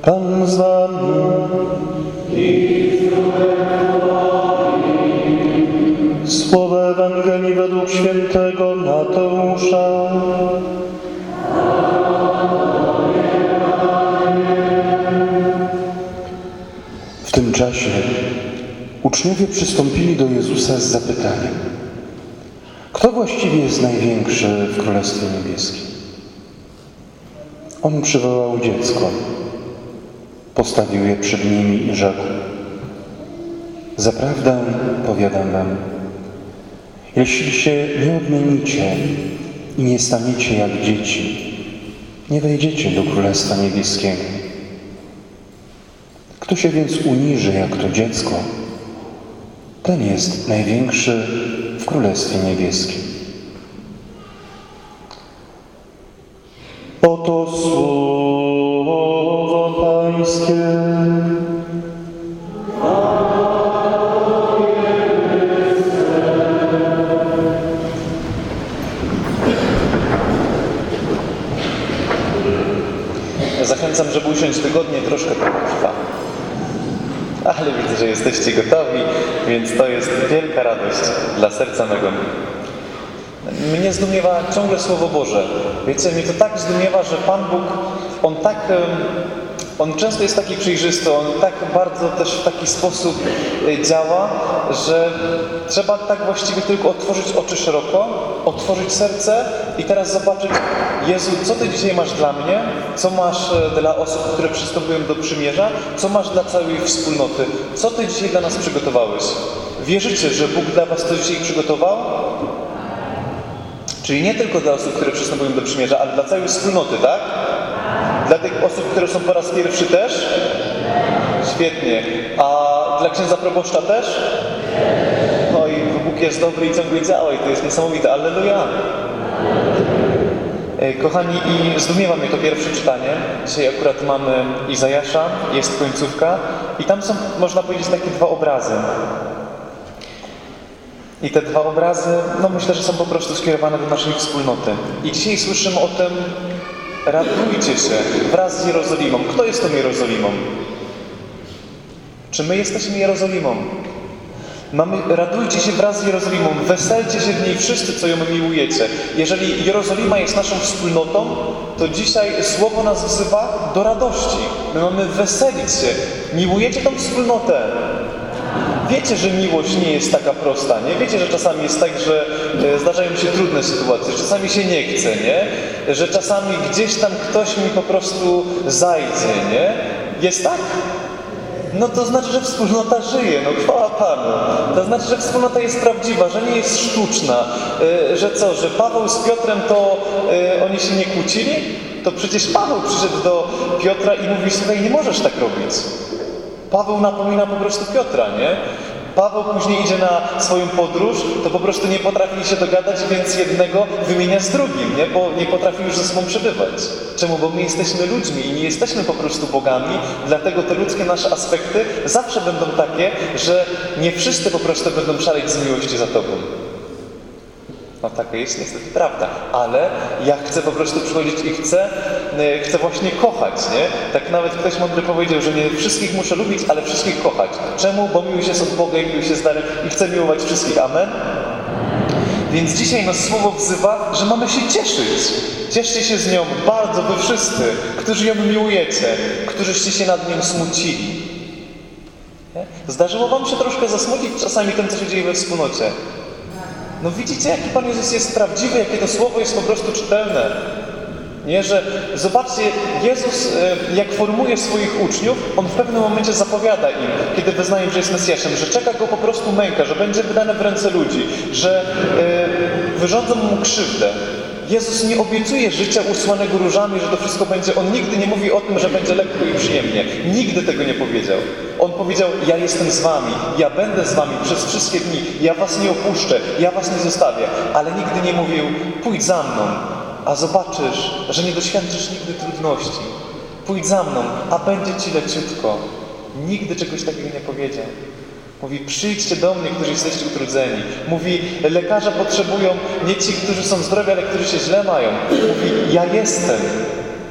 Pan z wami. Słowo Ewangelii według świętego Mateusza. W tym czasie uczniowie przystąpili do Jezusa z zapytaniem: kto właściwie jest największy w Królestwie Niebieskim? On przywołał dziecko, postawił je przed nimi i rzekł: zaprawdę powiadam wam, jeśli się nie odmienicie i nie staniecie jak dzieci, nie wejdziecie do Królestwa Niebieskiego. Kto się więc uniży jak to dziecko, ten jest największy w Królestwie Niebieskim. Oto słowo Pańskie. Zachęcam, żeby usiąść wygodnie, troszkę to trwa. Ale widzę, że jesteście gotowi, więc to jest wielka radość dla serca mego. Mnie zdumiewa ciągle Słowo Boże. Wiecie, mnie to tak zdumiewa, że Pan Bóg, On często jest taki przejrzysty, On tak bardzo też w taki sposób działa, że trzeba tak właściwie tylko otworzyć oczy szeroko, otworzyć serce i teraz zobaczyć: Jezu, co Ty dzisiaj masz dla mnie? Co masz dla osób, które przystępują do przymierza? Co masz dla całej wspólnoty? Co Ty dzisiaj dla nas przygotowałeś? Wierzycie, że Bóg dla was to dzisiaj przygotował? Czyli nie tylko dla osób, które przystępują do przymierza, ale dla całej wspólnoty, tak? Dla tych osób, które są po raz pierwszy też? Świetnie. A dla księdza proboszcza też? No i Bóg jest dobry i ciągle działa i to jest niesamowite. Alleluja! Kochani, i zdumiewa mnie to pierwsze czytanie. Dzisiaj akurat mamy Izajasza, jest końcówka i tam są, można powiedzieć, takie dwa obrazy. I te dwa obrazy, no myślę, że są po prostu skierowane do naszej wspólnoty. I dzisiaj słyszymy o tym: radujcie się wraz z Jerozolimą. Kto jest tą Jerozolimą? Czy my jesteśmy Jerozolimą? Radujcie się wraz z Jerozolimą, weselcie się w niej wszyscy, co ją miłujecie. Jeżeli Jerozolima jest naszą wspólnotą, to dzisiaj Słowo nas wzywa do radości. My mamy weselić się. Miłujecie tą wspólnotę. Wiecie, że miłość nie jest taka prosta, nie? Wiecie, że czasami jest tak, że zdarzają się trudne sytuacje, że czasami się nie chce, nie? Że czasami gdzieś tam ktoś mi po prostu zajdzie, nie? Jest tak? No to znaczy, że wspólnota żyje, no chwała Panu. To znaczy, że wspólnota jest prawdziwa, że nie jest sztuczna. Że co, że Paweł z Piotrem to oni się nie kłócili? To przecież Paweł przyszedł do Piotra i mówi: słuchaj, nie możesz tak robić. Paweł napomina po prostu Piotra, nie? Paweł później idzie na swoją podróż, to po prostu nie potrafili się dogadać, więc jednego wymienia z drugim, nie? Bo nie potrafił już ze sobą przebywać. Czemu? Bo my jesteśmy ludźmi i nie jesteśmy po prostu bogami, dlatego te ludzkie nasze aspekty zawsze będą takie, że nie wszyscy po prostu będą szaleć z miłości za Tobą. No taka jest niestety prawda, ale ja chcę po prostu przychodzić i chcę właśnie kochać, nie? Tak nawet ktoś mądry powiedział, że nie wszystkich muszę lubić, ale wszystkich kochać. Czemu? Bo miłość jest od Boga i miłość jest darem i chcę miłować wszystkich. Amen? Więc dzisiaj nas Słowo wzywa, że mamy się cieszyć. Cieszcie się z nią bardzo, wy wszyscy, którzy ją miłujecie, którzyście się nad nią smucili. Nie? Zdarzyło wam się troszkę zasmucić czasami tym, co się dzieje we wspólnocie. No widzicie, jaki Pan Jezus jest prawdziwy, jakie to Słowo jest po prostu czytelne. Nie, że zobaczcie, Jezus jak formuje swoich uczniów, On w pewnym momencie zapowiada im, kiedy wyznają, że jest Mesjaszem, że czeka Go po prostu męka, że będzie wydane w ręce ludzi, że wyrządzą Mu krzywdę. Jezus nie obiecuje życia usłanego różami, że to wszystko będzie. On nigdy nie mówi o tym, że będzie lekko i przyjemnie. Nigdy tego nie powiedział. On powiedział: ja jestem z wami, ja będę z wami przez wszystkie dni, ja was nie opuszczę, ja was nie zostawię. Ale nigdy nie mówił: pójdź za mną, a zobaczysz, że nie doświadczysz nigdy trudności. Pójdź za mną, a będzie ci leciutko. Nigdy czegoś takiego nie powiedział. Mówi: przyjdźcie do mnie, którzy jesteście utrudzeni. Mówi: lekarze potrzebują nie ci, którzy są zdrowi, ale którzy się źle mają. Mówi: ja jestem.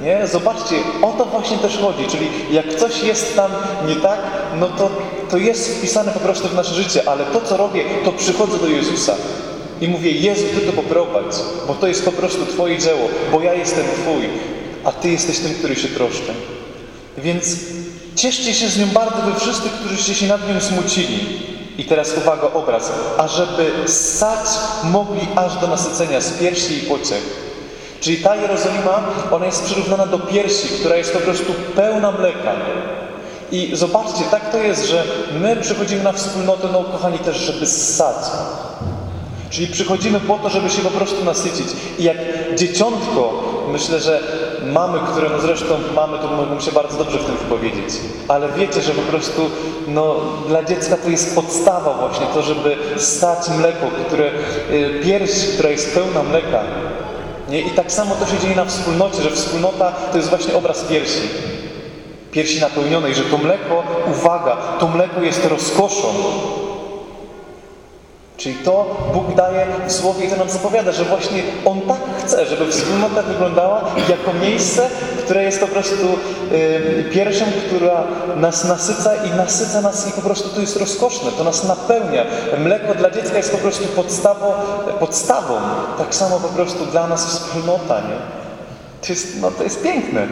Nie? Zobaczcie, o to właśnie też chodzi, czyli jak coś jest tam nie tak, no to jest wpisane po prostu w nasze życie, ale to, co robię, to przychodzę do Jezusa i mówię, Jezu, Ty to poprowadź, bo to jest po prostu Twoje dzieło, bo ja jestem Twój, a Ty jesteś tym, który się troszczy. Więc cieszcie się z nią bardzo wy wszyscy, którzyście się nad nią smucili. I teraz uwaga, obraz. Ażeby ssać mogli aż do nasycenia z piersi i pociech. Czyli ta Jerozolima, ona jest przyrównana do piersi, która jest po prostu pełna mleka. I zobaczcie, tak to jest, że my przychodzimy na wspólnotę, no kochani, też, żeby ssać. Czyli przychodzimy po to, żeby się po prostu nasycić. I jak dzieciątko, myślę, że mamy, które no zresztą mamy, to mogą się bardzo dobrze w tym wypowiedzieć. Ale wiecie, że po prostu no, dla dziecka to jest podstawa właśnie, to żeby ssać mleko, pierś, która jest pełna mleka. Nie? I tak samo to się dzieje na wspólnocie, że wspólnota to jest właśnie obraz piersi. Piersi napełnionej, że to mleko, uwaga, to mleko jest rozkoszą. Czyli to Bóg daje w Słowie i to nam zapowiada, że właśnie On tak chce, żeby wspólnota wyglądała jako miejsce, które jest po prostu piersią, która nas nasyca nas i po prostu to jest rozkoszne, to nas napełnia. Mleko dla dziecka jest po prostu podstawą. Tak samo po prostu dla nas wspólnota, nie? To jest piękne.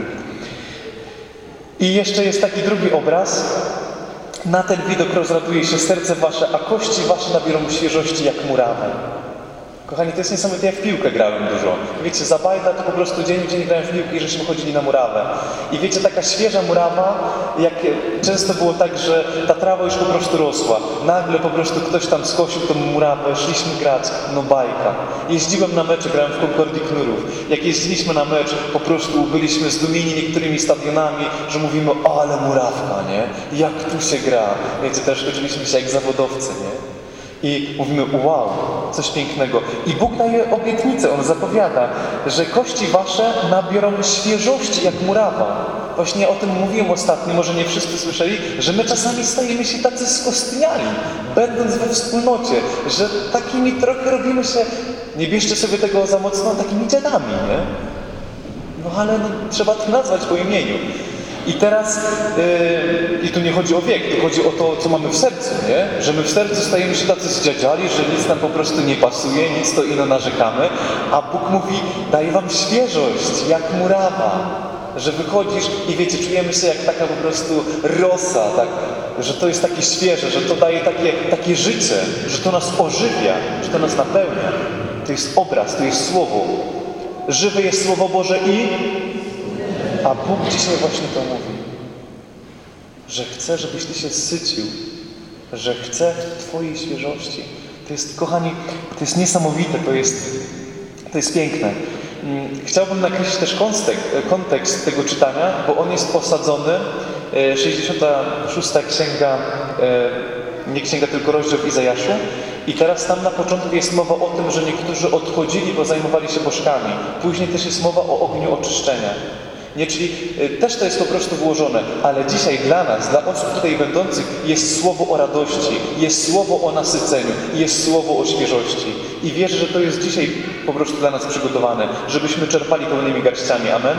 I jeszcze jest taki drugi obraz. Na ten widok rozraduje się serce wasze, a kości wasze nabiorą świeżości jak murawę. Kochani, to jest niesamowite, ja w piłkę grałem dużo. Wiecie, za bajta to po prostu dzień w dzień grałem w piłkę i żeśmy chodzili na murawę. I wiecie, taka świeża murawa, jak często było tak, że ta trawa już po prostu rosła. Nagle po prostu ktoś tam skosił tą murawę, szliśmy grać, no bajka. Jeździłem na mecze, grałem w Concordii Knurów. Jak jeździliśmy na mecz, po prostu byliśmy zdumieni niektórymi stadionami, że mówimy, ale murawka, nie? Jak tu się gra. Wiecie, też uczyliśmy się jak zawodowcy, nie? I mówimy, wow, coś pięknego. I Bóg daje obietnicę, On zapowiada, że kości wasze nabiorą świeżości jak murawa. Właśnie o tym mówiłem ostatnio, może nie wszyscy słyszeli, że my czasami stajemy się tacy skostniali, będąc we wspólnocie, że takimi trochę robimy się, nie bierzcie sobie tego za mocno, takimi dziadami, nie? No ale trzeba to nazwać po imieniu. I teraz, i tu nie chodzi o wiek, tu chodzi o to, co mamy w sercu, nie? Że my w sercu stajemy się tacy zdziadziali, że nic nam po prostu nie pasuje, nic to ino narzekamy, a Bóg mówi, daje wam świeżość, jak murawa, że wychodzisz i wiecie, czujemy się jak taka po prostu rosa, tak, że to jest takie świeże, że to daje takie życie, że to nas ożywia, że to nas napełnia. To jest obraz, to jest Słowo. Żywe jest Słowo Boże a Bóg dzisiaj właśnie to mówi, że chce, żebyś ty się sycił, że chce Twojej świeżości. To jest, kochani, to jest niesamowite, to jest piękne. Chciałbym nakreślić też kontekst tego czytania, bo on jest osadzony, 66 księga, nie księga, tylko rozdział w Izajaszu. I teraz tam na początku jest mowa o tym, że niektórzy odchodzili, bo zajmowali się bożkami. Później też jest mowa o ogniu oczyszczenia. Nie, czyli też to jest po prostu włożone, ale dzisiaj dla nas, dla osób tutaj będących jest słowo o radości, jest słowo o nasyceniu, jest słowo o świeżości. I wierzę, że to jest dzisiaj po prostu dla nas przygotowane, żebyśmy czerpali pełnymi garściami. Amen?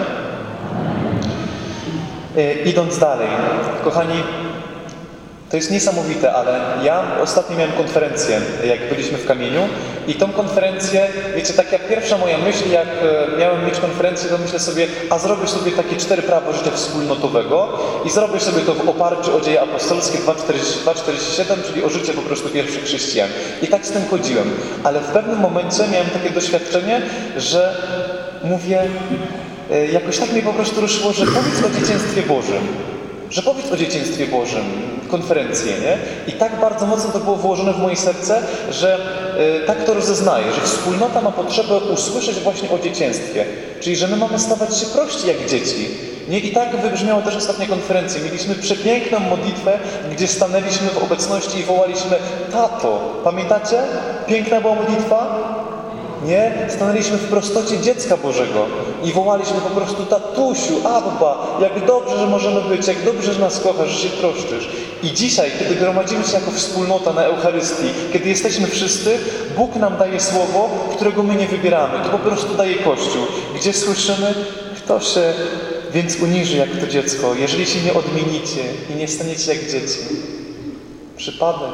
Idąc dalej, kochani, to jest niesamowite, ale ja ostatnio miałem konferencję, jak byliśmy w Kamieniu i tą konferencję, wiecie, taka pierwsza moja myśl, jak miałem mieć konferencję, to myślę sobie, a zrobię sobie takie 4 prawa życia wspólnotowego i zrobię sobie to w oparciu o Dzieje Apostolskie 2:47, czyli o życie po prostu pierwszych chrześcijan. I tak z tym chodziłem, ale w pewnym momencie miałem takie doświadczenie, że mówię, jakoś tak mnie po prostu ruszyło, że powiedz o dzieciństwie Bożym. Że powiedz o dzieciństwie Bożym, konferencję, nie? I tak bardzo mocno to było włożone w moje serce, że tak to rozeznaję, że wspólnota ma potrzebę usłyszeć właśnie o dzieciństwie. Czyli, że my mamy stawać się prości jak dzieci. Nie? I tak wybrzmiała też ostatnia konferencja. Mieliśmy przepiękną modlitwę, gdzie stanęliśmy w obecności i wołaliśmy Tato. Pamiętacie? Piękna była modlitwa? Nie? Stanęliśmy w prostocie dziecka Bożego i wołaliśmy po prostu tatusiu, Abba, jak dobrze, że możemy być, jak dobrze, że nas kochasz, że się troszczysz. I dzisiaj, kiedy gromadzimy się jako wspólnota na Eucharystii, kiedy jesteśmy wszyscy, Bóg nam daje słowo, którego my nie wybieramy. To po prostu daje Kościół, gdzie słyszymy, Kto się więc uniży jak to dziecko, jeżeli się nie odmienicie i nie staniecie jak dzieci? Przypadek.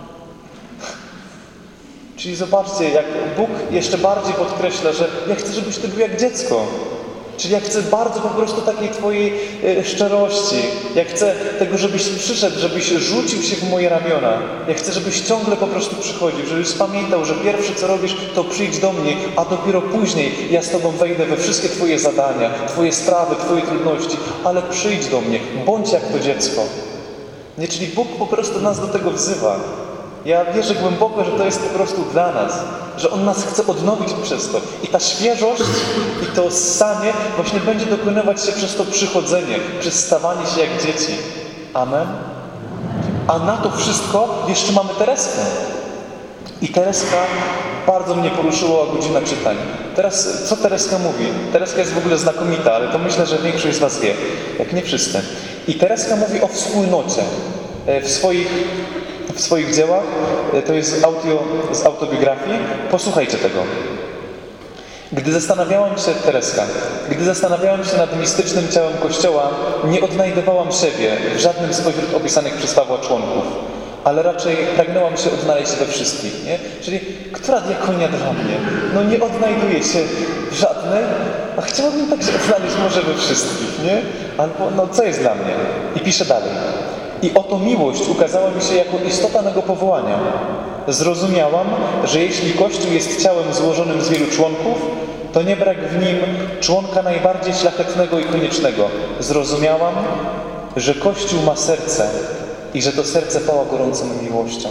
Czyli zobaczcie, jak Bóg jeszcze bardziej podkreśla, że ja chcę, żebyś ty był jak dziecko. Czyli ja chcę bardzo po prostu takiej twojej szczerości. Ja chcę tego, żebyś przyszedł, żebyś rzucił się w moje ramiona. Ja chcę, żebyś ciągle po prostu przychodził, żebyś pamiętał, że pierwsze co robisz, to przyjdź do mnie, a dopiero później ja z tobą wejdę we wszystkie twoje zadania, twoje sprawy, twoje trudności, ale przyjdź do mnie, bądź jak to dziecko. Nie, czyli Bóg po prostu nas do tego wzywa. Ja wierzę głęboko, że to jest po prostu dla nas, że On nas chce odnowić przez to. I ta świeżość i to ssanie właśnie będzie dokonywać się przez to przychodzenie, przez stawanie się jak dzieci. Amen? A na to wszystko jeszcze mamy Tereskę. I Tereska bardzo mnie poruszyła godzina czytań. Teraz, co Tereska mówi? Tereska jest w ogóle znakomita, ale to myślę, że większość z was wie, jak nie wszyscy. I Tereska mówi o wspólnocie w swoich dziełach. To jest audio z autobiografii. Posłuchajcie tego. Gdy zastanawiałam się nad mistycznym ciałem Kościoła, nie odnajdowałam siebie w żadnym spośród opisanych przez Pawła członków, ale raczej pragnęłam się odnaleźć we wszystkich, nie? Czyli, która diakonia dla mnie? No nie odnajduję się w żadnej, a chciałabym tak się odnaleźć może we wszystkich, nie? Albo, no co jest dla mnie? I pisze dalej. I oto miłość ukazała mi się jako istota mego powołania. Zrozumiałam, że jeśli Kościół jest ciałem złożonym z wielu członków, to nie brak w nim członka najbardziej szlachetnego i koniecznego. Zrozumiałam, że Kościół ma serce i że to serce pała gorącą miłością.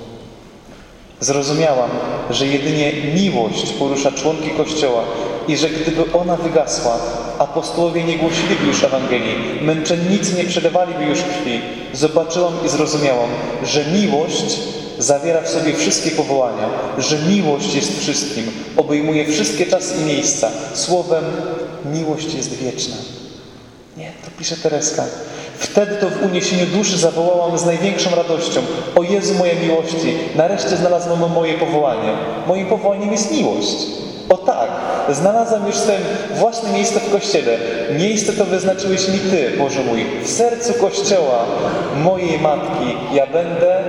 Zrozumiałam, że jedynie miłość porusza członki Kościoła i że gdyby ona wygasła, apostołowie nie głosiliby już Ewangelii, męczennicy nie przelewaliby już krwi. Zobaczyłam i zrozumiałam, że miłość zawiera w sobie wszystkie powołania, że miłość jest wszystkim, obejmuje wszystkie czasy i miejsca. Słowem, miłość jest wieczna. Nie, to pisze Tereska. Wtedy to w uniesieniu duszy zawołałam z największą radością: o Jezu moja miłości, nareszcie znalazłam moje powołanie. Moim powołaniem jest miłość. O tak, znalazłam już swoje własne miejsce w Kościele. Miejsce to wyznaczyłeś mi Ty, Boże mój, w sercu Kościoła mojej Matki. Ja będę...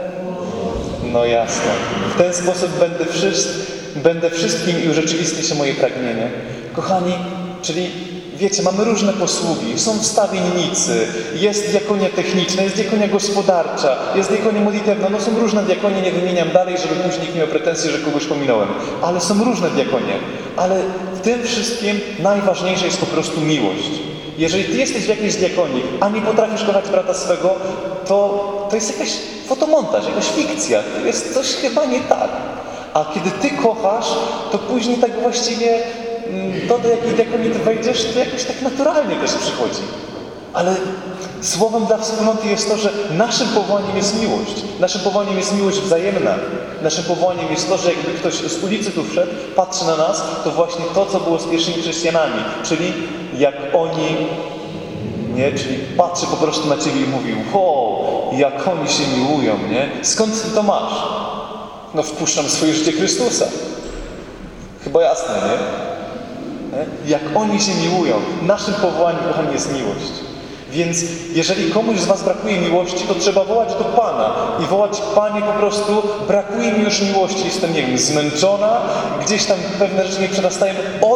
No jasne. W ten sposób będę wszystkim i urzeczywistni się moje pragnienie. Kochani, czyli wiecie, mamy różne posługi, są wstawiennicy, jest diakonia techniczna, jest diakonia gospodarcza, jest diakonia modlitewna, no są różne diakonie, nie wymieniam dalej, żeby później nikt nie miał pretensji, że kogoś pominąłem, ale są różne diakonie, ale w tym wszystkim najważniejsza jest po prostu miłość. Jeżeli ty jesteś w jakiejś diakonii, a nie potrafisz kochać brata swego, to jest jakaś fotomontaż, jakaś fikcja, to jest coś chyba nie tak. A kiedy ty kochasz, to później tak właściwie to, do jakiej diakonii ty wejdziesz, to jakoś tak naturalnie też przychodzi. Ale słowem dla wspólnoty jest to, że naszym powołaniem jest miłość. Naszym powołaniem jest miłość wzajemna. Naszym powołaniem jest to, że jakby ktoś z ulicy tu wszedł, patrzy na nas, to właśnie to, co było z pierwszymi chrześcijanami. Czyli jak oni, nie? Czyli patrzy po prostu na ciebie i mówi: wow, jak oni się miłują, nie? Skąd ty to masz? No wpuszczam swoje życie Chrystusa. Chyba jasne, nie? Jak oni się miłują. Naszym powołaniem, kochani, jest miłość. Więc jeżeli komuś z was brakuje miłości, to trzeba wołać do Pana i wołać: Panie, po prostu brakuje mi już miłości, jestem, nie wiem, zmęczona, gdzieś tam pewne rzeczy nie przerastają.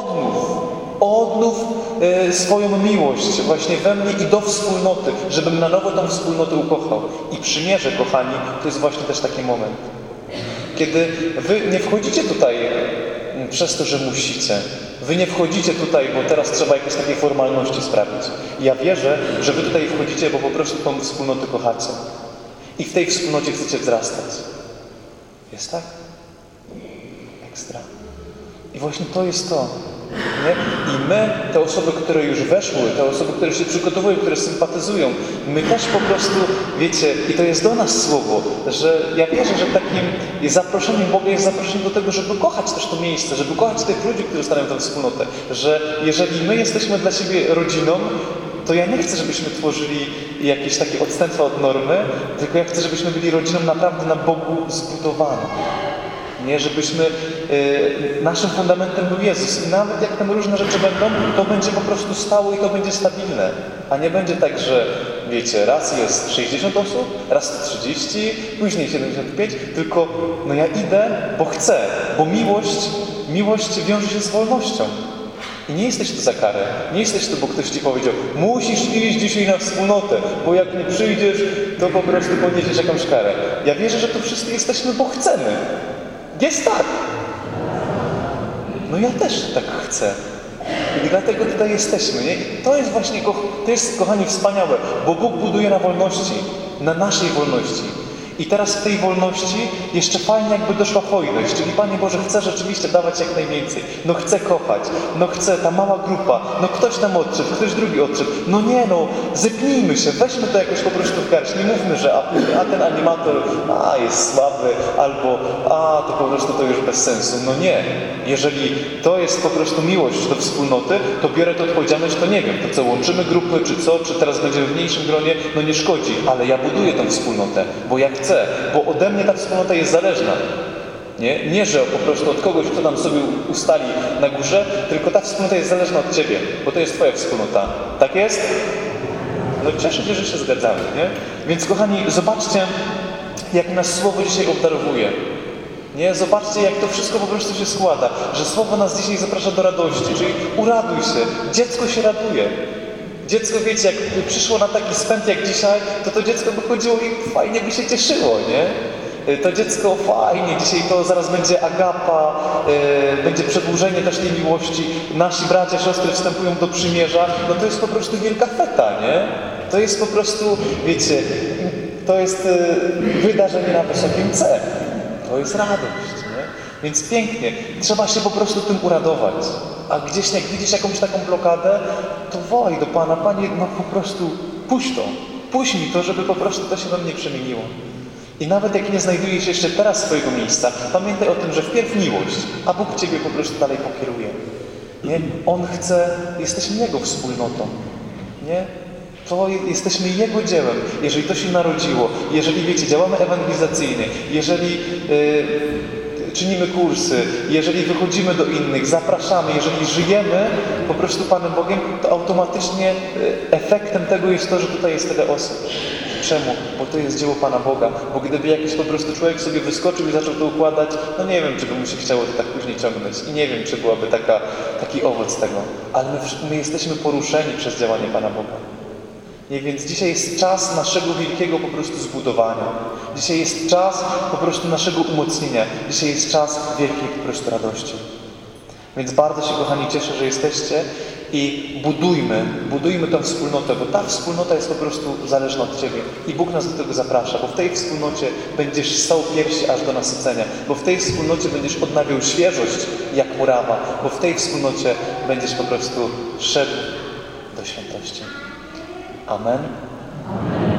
Odnów swoją miłość właśnie we mnie i do wspólnoty, żebym na nowo tą wspólnotę ukochał. I przymierze, kochani, to jest właśnie też taki moment. Kiedy wy nie wchodzicie tutaj przez to, że musicie. Wy nie wchodzicie tutaj, bo teraz trzeba jakieś takie formalności sprawić. Ja wierzę, że wy tutaj wchodzicie, bo po prostu tą wspólnotę kochacie. I w tej wspólnocie chcecie wzrastać. Jest tak? Ekstra. I właśnie to jest to. Nie? I my, te osoby, które już weszły, te osoby, które się przygotowują, które sympatyzują, my też po prostu, wiecie, i to jest do nas słowo, że ja wierzę, że takim zaproszeniem Boga jest zaproszenie do tego, żeby kochać też to miejsce, żeby kochać tych ludzi, którzy stanowią tę wspólnotę, że jeżeli my jesteśmy dla siebie rodziną, to ja nie chcę, żebyśmy tworzyli jakieś takie odstępstwa od normy, tylko ja chcę, żebyśmy byli rodziną naprawdę na Bogu zbudowaną. Nie, żebyśmy, naszym fundamentem był Jezus. I nawet jak tam różne rzeczy będą, to będzie po prostu stało i to będzie stabilne. A nie będzie tak, że wiecie, raz jest 60 osób, raz 30, później 75, tylko no ja idę, bo chcę, bo miłość wiąże się z wolnością. I nie jesteś tu za karę, nie jesteś tu, bo ktoś ci powiedział, musisz iść dzisiaj na wspólnotę, bo jak nie przyjdziesz, to po prostu poniesiesz jakąś karę. Ja wierzę, że tu wszyscy jesteśmy, bo chcemy. Jest tak. No ja też tak chcę. I dlatego tutaj jesteśmy, nie? I to jest właśnie, to jest, kochani, wspaniałe, bo Bóg buduje na wolności, na naszej wolności. I teraz w tej wolności jeszcze fajnie jakby doszła hojność, czyli Panie Boże, chcę rzeczywiście dawać jak najwięcej. No chcę kochać, no chcę, ta mała grupa, no ktoś tam odszedł, ktoś drugi odszedł. No nie no, zepnijmy się, weźmy to jakoś po prostu w garść. Nie mówmy, że a ten animator, jest słaby, albo to po prostu to już bez sensu. No nie. Jeżeli to jest po prostu miłość do wspólnoty, to biorę tę odpowiedzialność, to nie wiem, to co, łączymy grupy, czy teraz będziemy w mniejszym gronie, no nie szkodzi, ale ja buduję tę wspólnotę, bo ja chcę, bo ode mnie ta wspólnota jest zależna. Nie, że po prostu od kogoś, kto tam sobie ustali na górze, tylko ta wspólnota jest zależna od Ciebie, bo to jest Twoja wspólnota. Tak jest? No cieszę się, że się zgadzamy, nie? Więc kochani, zobaczcie, jak nas Słowo dzisiaj obdarowuje. Nie? Zobaczcie, jak to wszystko po prostu się składa, że Słowo nas dzisiaj zaprasza do radości, czyli uraduj się, dziecko się raduje. Dziecko, wiecie, jak przyszło na taki spęd jak dzisiaj, to dziecko by chodziło i fajnie by się cieszyło, nie? To dziecko fajnie, dzisiaj to zaraz będzie agapa, będzie przedłużenie też tej miłości, nasi bracia, siostry wstępują do przymierza, no to jest po prostu wielka feta, nie? To jest po prostu, wiecie, to jest wydarzenie na wysokim C. To jest radość, nie? Więc pięknie. Trzeba się po prostu tym uradować. A gdzieś jak widzisz jakąś taką blokadę, to wołaj do Pana, Panie, no po prostu puść to. Puść mi to, żeby po prostu to się we mnie przemieniło. I nawet jak nie znajdujesz jeszcze teraz swojego miejsca, pamiętaj o tym, że wpierw miłość, a Bóg Ciebie po prostu dalej pokieruje. Nie? On chce, jesteśmy Jego wspólnotą. Nie? To jesteśmy Jego dziełem. Jeżeli to się narodziło, jeżeli, wiecie, działamy ewangelizacyjnie, jeżeli czynimy kursy, jeżeli wychodzimy do innych, zapraszamy, jeżeli żyjemy po prostu Panem Bogiem, to automatycznie efektem tego jest to, że tutaj jest tyle osób. Czemu? Bo to jest dzieło Pana Boga. Bo gdyby jakiś po prostu człowiek sobie wyskoczył i zaczął to układać, no nie wiem, czy by mu się chciało to tak później ciągnąć. I nie wiem, czy byłaby taki owoc tego. Ale my jesteśmy poruszeni przez działanie Pana Boga. Nie, więc dzisiaj jest czas naszego wielkiego po prostu zbudowania. Dzisiaj jest czas po prostu naszego umocnienia. Dzisiaj jest czas wielkiej po prostu radości. Więc bardzo się, kochani, cieszę, że jesteście i budujmy tę wspólnotę, bo ta wspólnota jest po prostu zależna od Ciebie. I Bóg nas do tego zaprasza, bo w tej wspólnocie będziesz ssał piersi aż do nasycenia, bo w tej wspólnocie będziesz odnawiał świeżość jak murawa, bo w tej wspólnocie będziesz po prostu szedł do świętości. Amen.